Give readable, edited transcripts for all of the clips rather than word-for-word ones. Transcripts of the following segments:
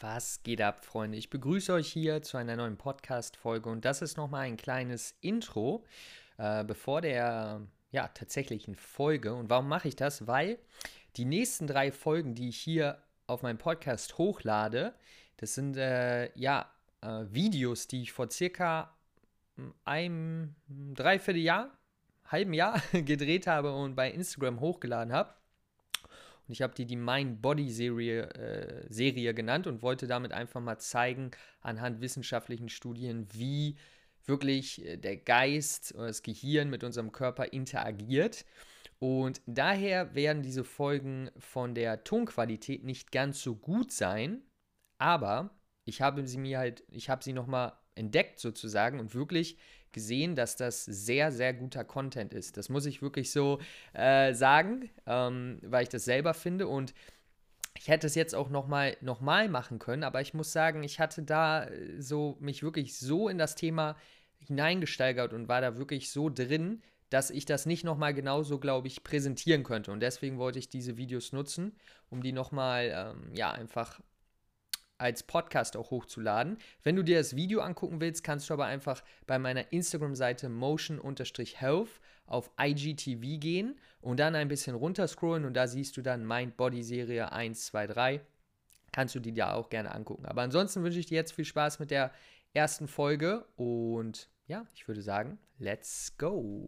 Was geht ab, Freunde? Ich begrüße euch hier zu einer neuen Podcast-Folge und das ist nochmal ein kleines Intro bevor der tatsächlichen Folge. Und warum mache ich das? Weil die nächsten 3 Folgen, die ich hier auf meinem Podcast hochlade, das sind Videos, die ich vor circa einem Dreivierteljahr, halben Jahr gedreht habe und bei Instagram hochgeladen habe. Und ich habe die Mind-Body-Serie genannt und wollte damit einfach mal zeigen, anhand wissenschaftlichen Studien, wie wirklich der Geist oder das Gehirn mit unserem Körper interagiert. Und daher werden diese Folgen von der Tonqualität nicht ganz so gut sein, aber ich habe sie nochmal entdeckt sozusagen und wirklich gesehen, dass das sehr, sehr guter Content ist. Das muss ich wirklich so sagen, weil ich das selber finde und ich hätte es jetzt auch nochmal machen können, aber ich muss sagen, ich hatte da mich wirklich so in das Thema hineingesteigert und war da wirklich so drin, dass ich das nicht nochmal genauso, glaube ich, präsentieren könnte. Und deswegen wollte ich diese Videos nutzen, um die nochmal, einfach als Podcast auch hochzuladen. Wenn du dir das Video angucken willst, kannst du aber einfach bei meiner Instagram-Seite motion-health auf IGTV gehen und dann ein bisschen runterscrollen und da siehst du dann Mind-Body-Serie 1, 2, 3. Kannst du die da auch gerne angucken. Aber ansonsten wünsche ich dir jetzt viel Spaß mit der ersten Folge und ja, ich würde sagen, let's go!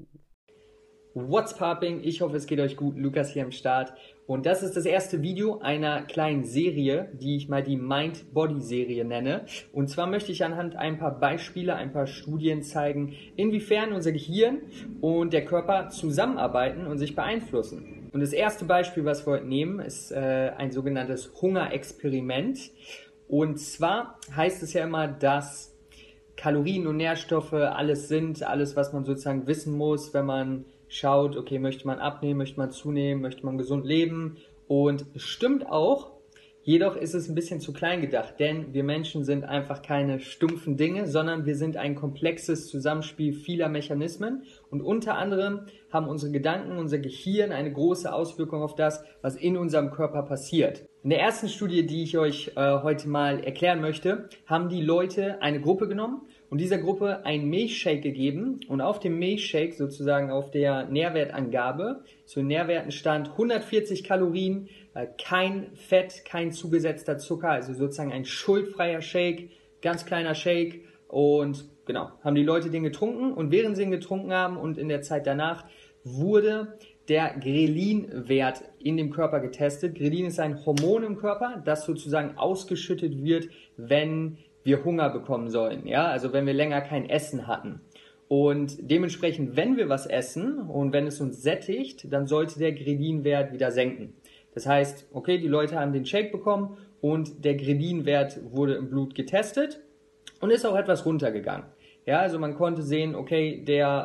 What's popping? Ich hoffe, es geht euch gut. Lukas hier am Start. Und das ist das erste Video einer kleinen Serie, die ich mal die Mind-Body-Serie nenne. Und zwar möchte ich anhand ein paar Beispiele, ein paar Studien zeigen, inwiefern unser Gehirn und der Körper zusammenarbeiten und sich beeinflussen. Und das erste Beispiel, was wir heute nehmen, ist ein sogenanntes Hungerexperiment. Und zwar heißt es ja immer, dass Kalorien und Nährstoffe alles sind, alles, was man sozusagen wissen muss, wenn man schaut, okay, möchte man abnehmen, möchte man zunehmen, möchte man gesund leben und stimmt auch, jedoch ist es ein bisschen zu klein gedacht, denn wir Menschen sind einfach keine stumpfen Dinge, sondern wir sind ein komplexes Zusammenspiel vieler Mechanismen und unter anderem haben unsere Gedanken, unser Gehirn eine große Auswirkung auf das, was in unserem Körper passiert. In der ersten Studie, die ich euch heute mal erklären möchte, haben die Leute eine Gruppe genommen und dieser Gruppe einen Milchshake gegeben und auf dem Milchshake, sozusagen auf der Nährwertangabe, zu den Nährwerten stand 140 Kalorien, kein Fett, kein zugesetzter Zucker, also sozusagen ein schuldfreier Shake, ganz kleiner Shake und genau, haben die Leute den getrunken und während sie ihn getrunken haben und in der Zeit danach wurde der Grelin-Wert in dem Körper getestet. Grelin ist ein Hormon im Körper, das sozusagen ausgeschüttet wird, wenn wir Hunger bekommen sollen, ja, also wenn wir länger kein Essen hatten. Und dementsprechend, wenn wir was essen und wenn es uns sättigt, dann sollte der Grelin-Wert wieder senken. Das heißt, okay, die Leute haben den Shake bekommen und der Grelin-Wert wurde im Blut getestet und ist auch etwas runtergegangen. Ja, also man konnte sehen, okay,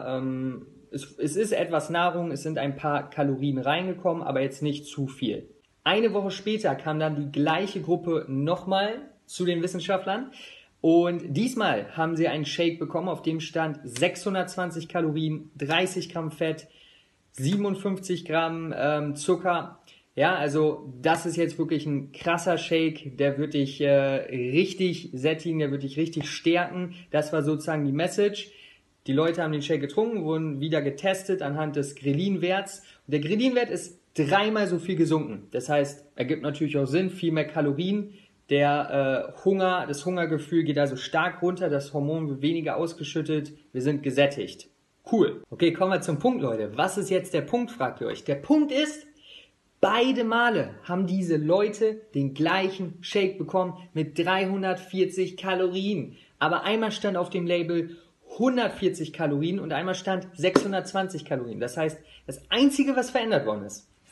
es ist etwas Nahrung, es sind ein paar Kalorien reingekommen, aber jetzt nicht zu viel. Eine Woche später kam dann die gleiche Gruppe nochmal zu den Wissenschaftlern und diesmal haben sie einen Shake bekommen, auf dem stand 620 Kalorien, 30 Gramm Fett, 57 Gramm Zucker. Ja, also das ist jetzt wirklich ein krasser Shake, der wird dich richtig sättigen, der wird dich richtig stärken. Das war sozusagen die Message. Die Leute haben den Shake getrunken, wurden wieder getestet anhand des Grelin-Werts. Und der Grelin-Wert ist 3-mal so viel gesunken. Das heißt, ergibt natürlich auch Sinn, viel mehr Kalorien. Das Hungergefühl geht also stark runter, das Hormon wird weniger ausgeschüttet, wir sind gesättigt. Cool. Okay, kommen wir zum Punkt, Leute. Was ist jetzt der Punkt, fragt ihr euch. Der Punkt ist, beide Male haben diese Leute den gleichen Shake bekommen mit 340 Kalorien. Aber einmal stand auf dem Label 140 Kalorien und einmal stand 620 Kalorien. Das heißt, das Einzige, was verändert worden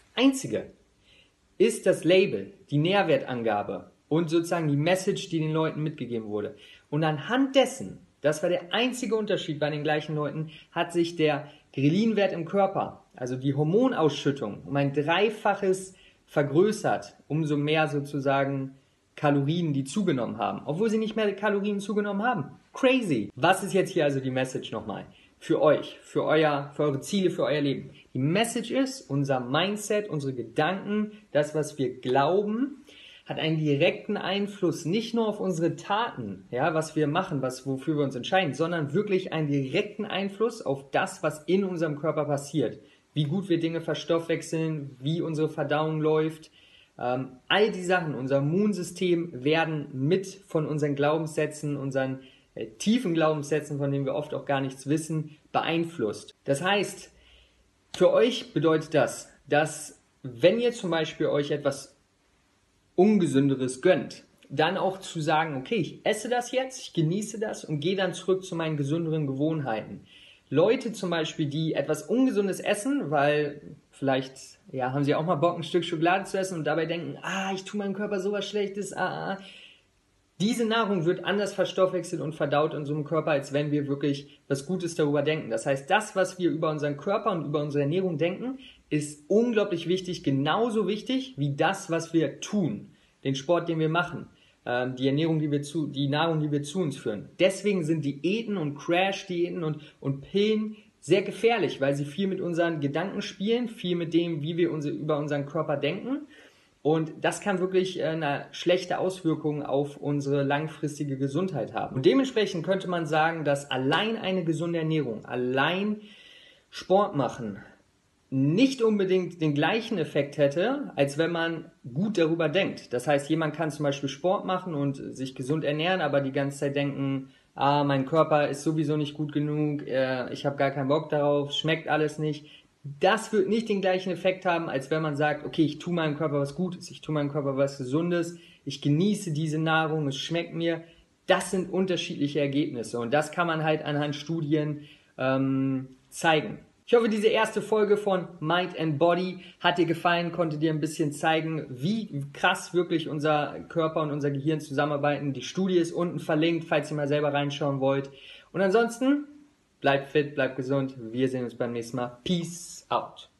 ist das Label, die Nährwertangabe und sozusagen die Message, die den Leuten mitgegeben wurde. Und anhand dessen, das war der einzige Unterschied bei den gleichen Leuten, hat sich der Grelin-Wert im Körper, also die Hormonausschüttung, um ein 3-faches vergrößert, umso mehr sozusagen Kalorien, die zugenommen haben, obwohl sie nicht mehr Kalorien zugenommen haben. Crazy! Was ist jetzt hier also die Message nochmal? Für euch, für eure Ziele, für euer Leben. Die Message ist, unser Mindset, unsere Gedanken, das, was wir glauben, hat einen direkten Einfluss nicht nur auf unsere Taten, ja, was wir machen, wofür wir uns entscheiden, sondern wirklich einen direkten Einfluss auf das, was in unserem Körper passiert. Wie gut wir Dinge verstoffwechseln, wie unsere Verdauung läuft. All die Sachen, unser Immunsystem werden mit von unseren Glaubenssätzen, unseren tiefen Glaubenssätzen, von denen wir oft auch gar nichts wissen, beeinflusst. Das heißt, für euch bedeutet das, dass wenn ihr zum Beispiel euch etwas Ungesünderes gönnt, dann auch zu sagen, okay, ich esse das jetzt, ich genieße das und gehe dann zurück zu meinen gesünderen Gewohnheiten. Leute zum Beispiel, die etwas Ungesundes essen, weil vielleicht haben sie auch mal Bock, ein Stück Schokolade zu essen und dabei denken, ich tue meinem Körper sowas Schlechtes, Diese Nahrung wird anders verstoffwechselt und verdaut in unserem Körper, als wenn wir wirklich was Gutes darüber denken. Das heißt, das, was wir über unseren Körper und über unsere Ernährung denken, ist unglaublich wichtig, genauso wichtig wie das, was wir tun, den Sport, den wir machen, die Nahrung, die wir zu uns führen. Deswegen sind Diäten und Crash-Diäten und Pillen sehr gefährlich, weil sie viel mit unseren Gedanken spielen, viel mit dem, wie wir über unseren Körper denken. Und das kann wirklich eine schlechte Auswirkung auf unsere langfristige Gesundheit haben. Und dementsprechend könnte man sagen, dass allein eine gesunde Ernährung, allein Sport machen, nicht unbedingt den gleichen Effekt hätte, als wenn man gut darüber denkt. Das heißt, jemand kann zum Beispiel Sport machen und sich gesund ernähren, aber die ganze Zeit denken, mein Körper ist sowieso nicht gut genug, ich habe gar keinen Bock darauf, schmeckt alles nicht. Das wird nicht den gleichen Effekt haben, als wenn man sagt, okay, ich tue meinem Körper was Gutes, ich tue meinem Körper was Gesundes, ich genieße diese Nahrung, es schmeckt mir. Das sind unterschiedliche Ergebnisse und das kann man halt anhand Studien zeigen. Ich hoffe, diese erste Folge von Mind and Body hat dir gefallen, konnte dir ein bisschen zeigen, wie krass wirklich unser Körper und unser Gehirn zusammenarbeiten. Die Studie ist unten verlinkt, falls ihr mal selber reinschauen wollt. Und ansonsten, bleibt fit, bleibt gesund. Wir sehen uns beim nächsten Mal. Peace out.